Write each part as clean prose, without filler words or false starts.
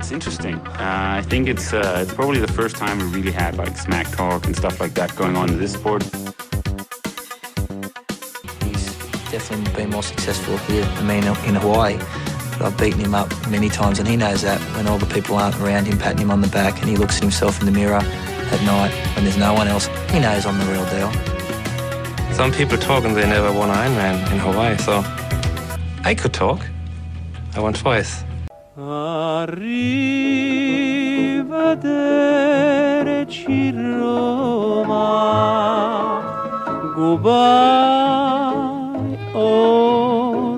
it's interesting. I think it's probably the first time we really had like smack talk and stuff like that going on in this sport. He's definitely been more successful here than me in Hawaii. But I've beaten him up many times, and he knows that when all the people aren't around him patting him on the back and he looks at himself in the mirror at night when there's no one else, he knows I'm the real deal. Some people talk and they never won an Ironman in Hawaii, so I could talk. I won twice. Arrivederci Roma, goodbye, au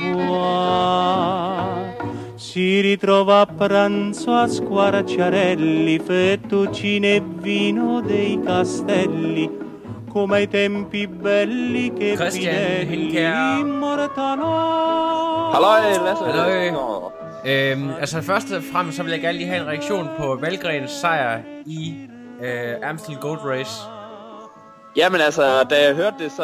revoir. Si ritrova a pranzo a Squarciarelli, fettuccine e vino dei castelli, come ai tempi belli che Christian Hindkjær. Halløj, Lasse. Halløj. Altså først og fremmest så vil jeg gerne lige have en reaktion på Valgrens sejr i Amstel Gold Race. Jamen altså, da jeg hørte det,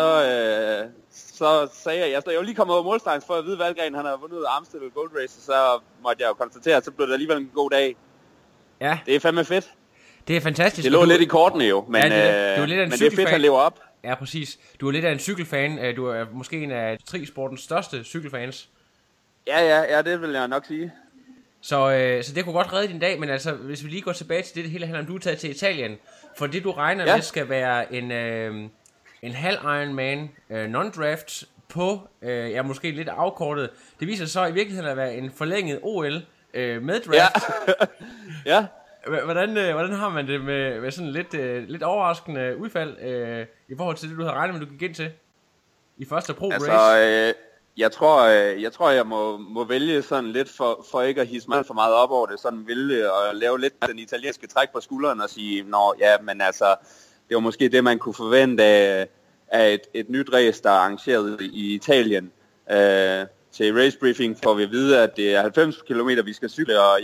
så sagde jeg var lige kommet over målstregen for at vide, at Valgren han har vundet Amstel Gold Race, så måtte jeg jo konstatere, at så blev det alligevel en god dag. Ja. Det er fandme fedt. Det er fantastisk. Det lå lidt i kortene jo, men, ja, du er lidt af en men det er fedt, at han lever op. Ja, præcis. Du er lidt af en cykelfan. Du er måske en af trisportens største cykelfans. Ja, det vil jeg nok sige. Så det kunne godt redde din dag, men altså, hvis vi lige går tilbage til det hele handler om, du er taget til Italien, for det du regner med skal være en halv Ironman non-draft på, måske lidt afkortet. Det viser så i virkeligheden at være en forlænget OL med draft. Ja. Hvordan har man det med sådan lidt overraskende udfald i forhold til det, du havde regnet med, du gik ind til i første pro-race? Jeg tror, jeg må vælge sådan lidt for ikke at hisse mig for meget op over det, sådan vælge og lave lidt den italienske træk på skulderen og sige, men altså, det var måske det, man kunne forvente af et nyt race, der er arrangeret i Italien. Til race briefing får vi at vide, at det er 90 km, vi skal cykle, og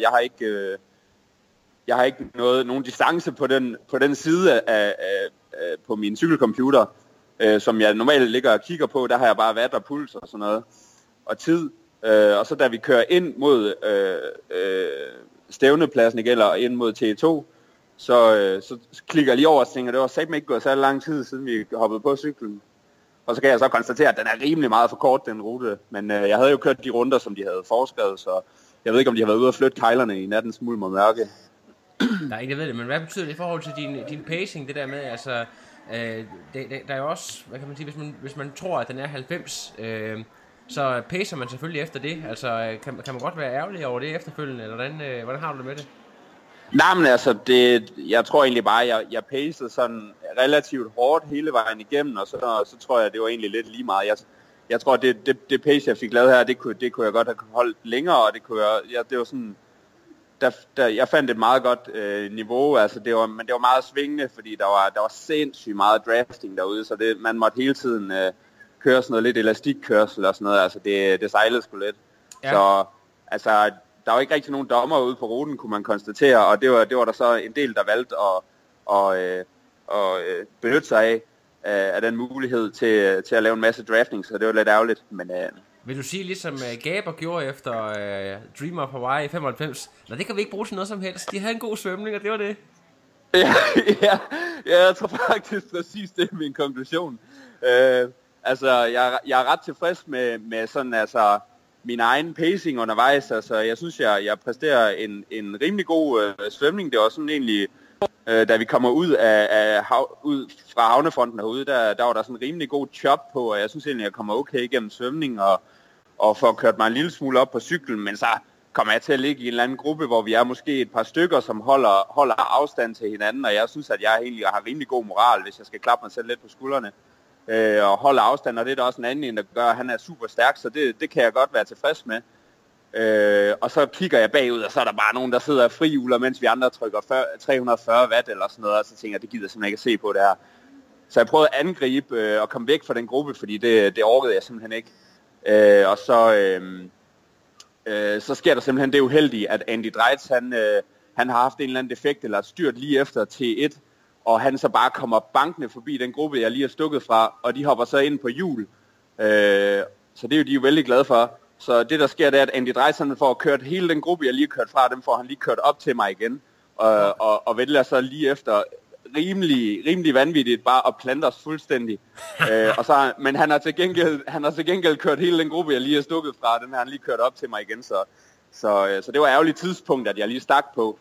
jeg har ikke nogen distance på den side på min cykelcomputer, som jeg normalt ligger og kigger på. Der har jeg bare watt og puls og sådan noget, og tid. Og så da vi kører ind mod stævnepladsen igen, eller ind mod T2, så klikker jeg lige over og tænker, det var satme ikke gået så lang tid, siden vi hoppede på cyklen. Og så kan jeg så konstatere, at den er rimelig meget for kort, den rute. Men jeg havde jo kørt de runder, som de havde foreskrevet, så jeg ved ikke, om de har været ude og flytte kejlerne i nattens mulm og mørke. Nej, jeg ved det, men hvad betyder det i forhold til din pacing, det der med, altså, der er jo også, hvad kan man sige, hvis man tror, at den er 90, så pacer man selvfølgelig efter det, altså, kan man godt være ærgerlig over det efterfølgende, eller hvordan har du det med det? Nej, men altså, jeg tror egentlig bare, at jeg pacede sådan relativt hårdt hele vejen igennem, og så tror jeg, det var egentlig lidt lige meget. Jeg tror, det pace, jeg fik lavet her, det kunne jeg godt have holdt længere, og det var sådan, jeg fandt et meget godt niveau, altså men det var meget svingende, fordi der var sindssygt meget drafting derude, så man måtte hele tiden køre sådan noget lidt elastikkørsel og sådan noget, altså det sejlede sgu lidt. Ja. Så altså, der var ikke rigtig nogen dommer ude på ruten, kunne man konstatere, og det var der så en del, der valgte at benytte sig af den mulighed til at lave en masse drafting, så det var lidt ærgerligt, men... Vil du sige, ligesom Gaber gjorde efter Dream of Hawaii 95, det kan vi ikke bruge til noget som helst, de havde en god svømning, og det var det? Ja, jeg tror faktisk præcis, det er min konklusion. Altså, jeg er ret tilfreds med sådan, altså, min egen pacing undervejs, altså, jeg synes, jeg præsterer en rimelig god svømning, det var sådan egentlig... Da vi kommer ud ud fra havnefronten herude, der var der sådan en rimelig god chop på, og jeg synes egentlig, jeg kommer okay igennem svømning, og får kørt mig en lille smule op på cyklen, men så kommer jeg til at ligge i en eller anden gruppe, hvor vi er måske et par stykker, som holder afstand til hinanden, og jeg synes, at jeg egentlig har rimelig god moral, hvis jeg skal klappe mig selv lidt på skuldrene, og holde afstand, og det er der også en anden, der gør, at han er super stærk, så det kan jeg godt være tilfreds med. Og så kigger jeg bagud, og så er der bare nogen, der sidder og frihjuler, mens vi andre trykker 340 watt eller sådan noget, og så tænker jeg, det gider jeg simpelthen ikke at se på det her. Så jeg prøvede at angribe og komme væk fra den gruppe, fordi det orkede jeg simpelthen ikke. Og så sker der simpelthen det uheldige, at Andy Dreitz, han har haft en eller anden defekt eller et styrt lige efter T1, og han så bare kommer bankende forbi den gruppe, jeg lige har stukket fra, og de hopper så ind på hjul. Så det er jo de er jo vældig glade for. Så det der sker, det er, at Andy Dreisand får kørt hele den gruppe, jeg lige har kørt fra, dem får han lige kørt op til mig igen. Og vælger så lige efter rimelig vanvittigt bare at plante os fuldstændig. Men han har til gengæld kørt hele den gruppe, jeg lige har stukket fra, den har han lige kørt op til mig igen. Så det var et ærgerligt tidspunkt, at jeg lige stak på.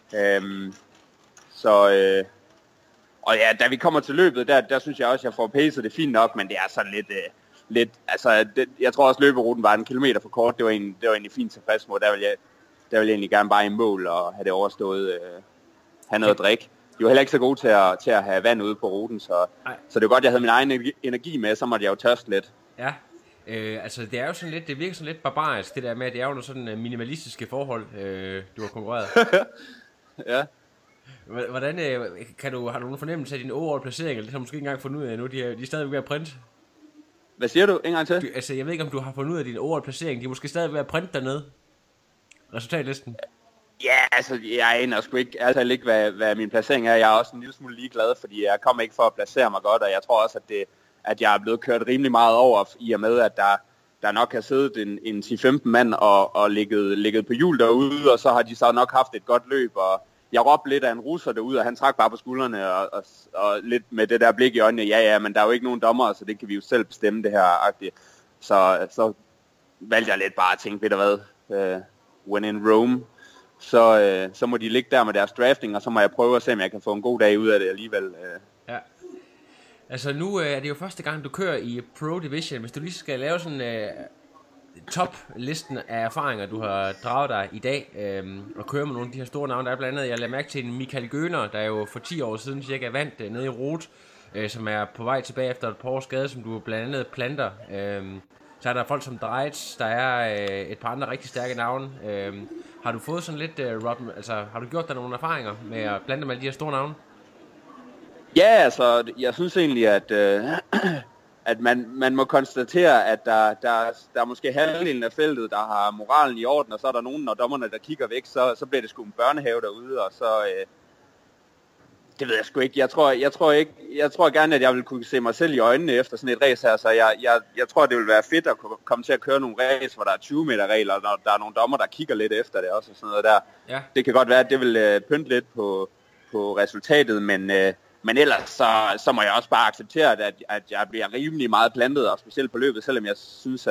Og ja, da vi kommer til løbet, der synes jeg også, at jeg får pacet det fint nok, men det er sådan lidt altså, jeg tror også, løberuten var 1 kilometer for kort. Det var egentlig fint tilfreds med. Der vil jeg egentlig gerne bare i mål og have det overstået, have noget at drikke. De var heller ikke så gode til at have vand ude på ruten, så det var godt, jeg havde min egen energi med, så måtte jeg jo tørste lidt. Ja, altså det er jo sådan lidt, det virker sådan lidt barbarisk, det der med, at det er jo noget sådan minimalistiske forhold, du har konkurreret. Ja. Hvordan, har du nogen fornemmelse af din overall placering, eller det har du måske ikke engang fundet ud af nu, de er stadig ved at printe? Hvad siger du? En gang til? Altså, jeg ved ikke, om du har fundet ud af din overall placering, de er måske stadig ved at printe dernede. Resultatlisten. Ja, altså, jeg aner sgu ikke, hvad min placering er. Jeg er også en lille smule ligeglad, fordi jeg kommer ikke for at placere mig godt, og jeg tror også, at jeg er blevet kørt rimelig meget over, i og med, at der nok har siddet en 10-15 mand og ligget på hjul derude, og så har de så nok haft et godt løb, og jeg råbte lidt af en russer derude, og han trak bare på skuldrene, og lidt med det der blik i øjnene, ja, men der er jo ikke nogen dommer, så det kan vi jo selv bestemme det her. Så valgte jeg lidt bare at tænke, ved du hvad, when in Rome, så må de ligge der med deres drafting, og så må jeg prøve at se, om jeg kan få en god dag ud af det alligevel. Ja. Altså nu er det jo første gang, du kører i Pro Division. Hvis du lige skal lave sådan top-listen af erfaringer, du har draget dig i dag, og køre med nogle af de her store navne, der er blandt andet, jeg lader mærke til en Michael Göner, der jo for 10 år siden cirka vandt nede i Roth, som er på vej tilbage efter et par års skade, som du blandt andet planter. Så er der folk som Dreitz, der er et par andre rigtig stærke navne. Har du fået sådan lidt, Robin, altså har du gjort dig nogle erfaringer med at plante med alle de her store navne? Ja, altså, jeg synes egentlig, at man må konstatere, at der er måske halvdelen af feltet, der har moralen i orden, og så er der nogen, når dommerne der kigger væk, så bliver det sgu en børnehave derude, og så det ved jeg sgu ikke. Jeg tror gerne, at jeg vil kunne se mig selv i øjnene efter sådan et race her, så jeg tror, det vil være fedt at komme til at køre nogle race, hvor der er 20 meter regler, og når der er nogle dommer, der kigger lidt efter det også, og sådan noget der. Ja. Det kan godt være, at det vil pynte lidt på resultatet, men ellers så må jeg også bare acceptere, at jeg bliver rimelig meget plantet, og specielt på løbet, selvom jeg synes,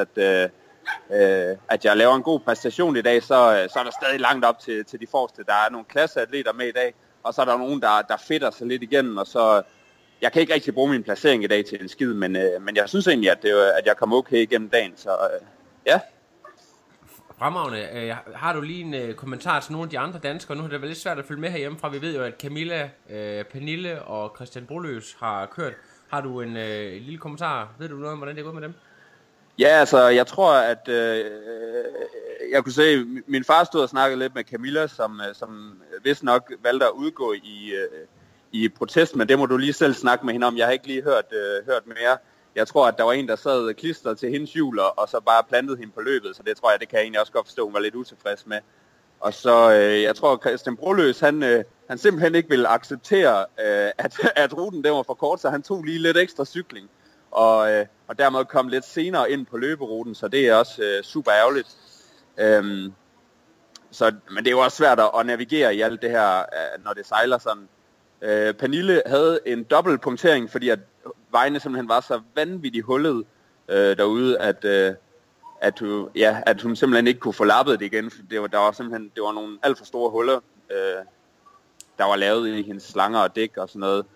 at jeg laver en god præstation i dag, så er der stadig langt op til de forreste. Der er nogle klasseatleter med i dag, og så er der nogen, der fedter sig lidt igennem, og så jeg kan ikke rigtig bruge min placering i dag til en skid, men jeg synes egentlig, at jeg kom okay igennem dagen, så ja. Fremragende. Har du lige en kommentar til nogle af de andre danskere? Nu har det været lidt svært at følge med herhjemmefra. Vi ved jo, at Camilla, Pernille og Christian Broløs har kørt. Har du en lille kommentar? Ved du noget om, hvordan det er gået med dem? Ja, altså, jeg tror, at jeg kunne se, min far stod og snakkede lidt med Camilla, som vist nok valgte at udgå i protest, men det må du lige selv snakke med hende om. Jeg har ikke lige hørt mere. Jeg tror, at der var en, der sad klistret til hendes hjul, og så bare plantede hende på løbet, så det tror jeg, det kan jeg egentlig også godt forstå, hun var lidt utilfreds med. Og så, jeg tror, Christian Broløs, han simpelthen ikke ville acceptere, at ruten den var for kort, så han tog lige lidt ekstra cykling, og dermed kom lidt senere ind på løberuten, så det er også super ærgerligt. Men det er jo også svært at navigere i alt det her, når det sejler sådan. Pernille havde en dobbelt punktering, fordi at vejene simpelthen var så vanvittigt hullet derude, at hun simpelthen ikke kunne få lappet det igen. Det var nogle alt for store huller, der var lavet i hendes slanger og dæk og sådan noget.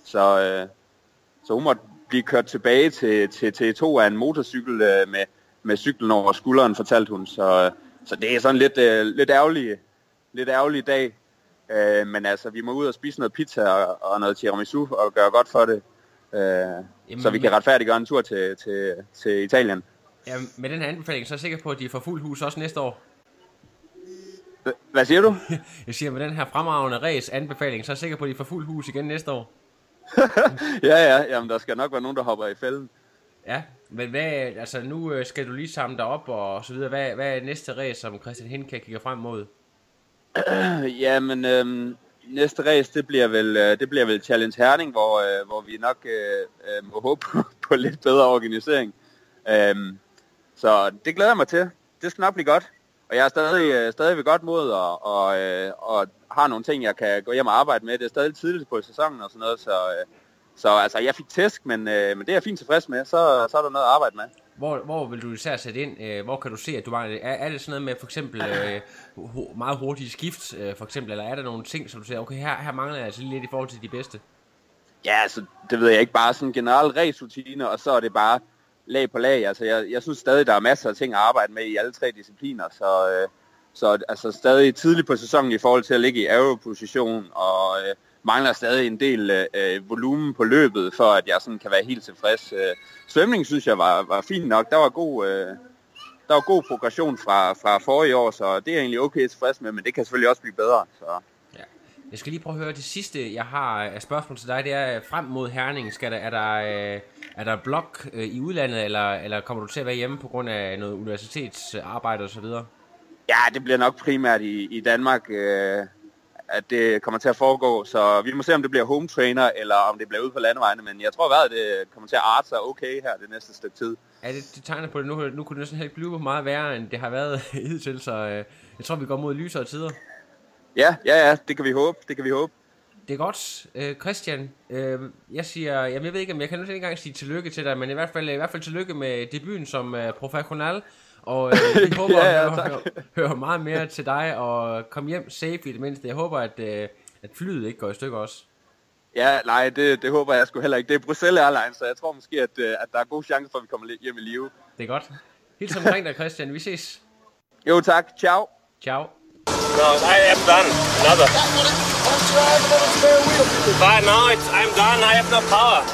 Så hun måtte blive kørt tilbage til T2 af en motorcykel med cyklen over skulderen, fortalte hun. Så det er sådan lidt ærgerlig dag. Men altså, vi må ud og spise noget pizza og noget tiramisu og gøre godt for det. Så vi kan retfærdiggøre en tur til Italien. Ja, med den her anbefaling, så er jeg sikker på, at de får fuld hus også næste år. Hvad siger du? Jeg siger, med den her fremragende race anbefaling, så er jeg sikker på, at de får fuld hus igen næste år. Ja, jamen der skal nok være nogen, der hopper i fælden. Ja, men altså nu skal du lige samle dig op og så videre. Hvad er næste race, som Christian Hindkær kigger frem mod? Jamen, næste race, det bliver vel Challenge Herning, hvor vi nok må håbe på lidt bedre organisering. Så det glæder jeg mig til. det skal nok blive godt. Og jeg er stadig ved godt mod, og har nogle ting, jeg kan gå hjem og arbejde med. Det er stadig tidligt på sæsonen og sådan noget, så altså, jeg fik tæsk, men det er jeg fint tilfreds med. Så er der noget at arbejde med. Hvor vil du især sætte ind? Hvor kan du se, at du mangler? Er det sådan noget med for eksempel meget hurtige skift, for eksempel? Eller er der nogle ting, som du siger, okay, her mangler jeg altså lidt i forhold til de bedste? Ja, altså, det ved jeg ikke. Bare sådan generelt racerutine, og så er det bare lag på lag. Altså, jeg synes stadig, der er masser af ting at arbejde med i alle 3 discipliner, så altså stadig tidligt på sæsonen i forhold til at ligge i aero-position, og mangler stadig en del volumen på løbet, for at jeg sådan kan være helt tilfreds. Svømning synes jeg var fint nok. Der var god progression fra forrige år, så det er jeg egentlig okay tilfreds med, men det kan selvfølgelig også blive bedre. Så. Ja. Jeg skal lige prøve at høre det sidste, jeg har af spørgsmål til dig. Det er frem mod Herning. Er der blok i udlandet, eller kommer du til at være hjemme på grund af noget universitetsarbejde osv.? Ja, det bliver nok primært i Danmark, at det kommer til at foregå. Så vi må se, om det bliver home trainer, eller om det bliver ude på landevejene. Men jeg tror, at det kommer til at arte sig okay her det næste stykke tid. Ja, det tegner på det. Nu kunne det næsten helt blive meget værre, end det har været hidtil. Så jeg tror, vi går mod lysere tider. Ja, det kan vi håbe. Det er godt. Christian, jeg siger, jeg ved ikke, om jeg kan nu ikke engang sige tillykke til dig, men i hvert fald tillykke med debuten som professional. Og vi håber at høre meget mere til dig, og komme hjem safe i det mindste. Jeg håber, at flyet ikke går i stykker også. Ja, nej, det håber jeg sgu heller ikke. Det er Bruxelles Airlines, så jeg tror måske, at der er god chance for, at vi kommer hjem i live. Det er godt. Hils omkring dig, Christian. Vi ses. Jo, tak. Ciao. Ciao. No, I am done. Another. But now I'm done. I have no power.